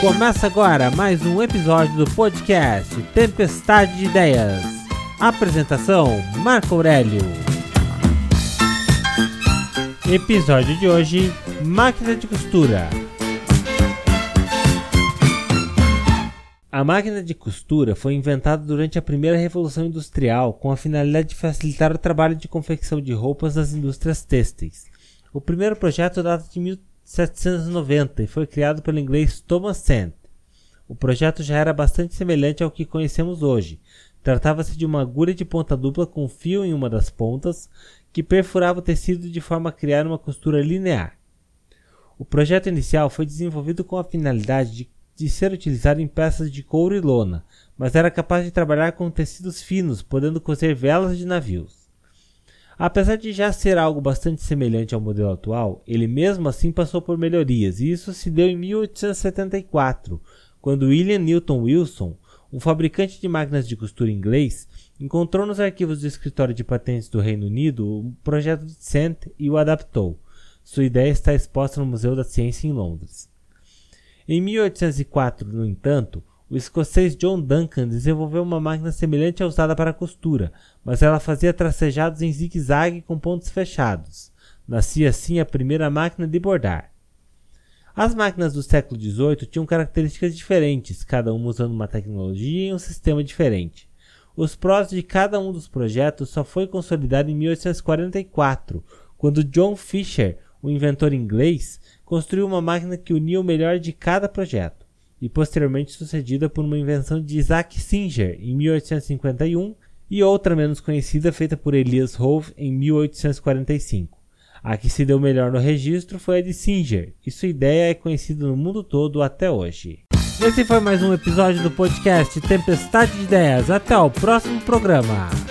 Começa agora mais um episódio do podcast Tempestade de Ideias. Apresentação: Marco Aurélio. Episódio de hoje: máquina de costura. A máquina de costura foi inventada durante a primeira Revolução Industrial com a finalidade de facilitar o trabalho de confecção de roupas nas indústrias têxteis. O primeiro projeto data de 1790 e foi criado pelo inglês Thomas Sand. O projeto já era bastante semelhante ao que conhecemos hoje. Tratava-se de uma agulha de ponta dupla com fio em uma das pontas que perfurava o tecido de forma a criar uma costura linear. O projeto inicial foi desenvolvido com a finalidade de ser utilizado em peças de couro e lona, mas era capaz de trabalhar com tecidos finos, podendo cozer velas de navios. Apesar de já ser algo bastante semelhante ao modelo atual, ele mesmo assim passou por melhorias, e isso se deu em 1874, quando William Newton Wilson, um fabricante de máquinas de costura inglês, encontrou nos arquivos do escritório de patentes do Reino Unido o projeto de Sand e o adaptou. Sua ideia está exposta no Museu da Ciência em Londres. Em 1804, no entanto, o escocês John Duncan desenvolveu uma máquina semelhante à usada para costura, mas ela fazia tracejados em zigue-zague com pontos fechados. Nascia assim a primeira máquina de bordar. As máquinas do século XVIII tinham características diferentes, cada uma usando uma tecnologia e um sistema diferente. Os prós de cada um dos projetos só foi consolidado em 1844, quando John Fisher, um inventor inglês, construiu uma máquina que unia o melhor de cada projeto, e posteriormente sucedida por uma invenção de Isaac Singer em 1851 e outra menos conhecida feita por Elias Hove em 1845. A que se deu melhor no registro foi a de Singer, e sua ideia é conhecida no mundo todo até hoje. Esse foi mais um episódio do podcast Tempestade de Ideias. Até o próximo programa.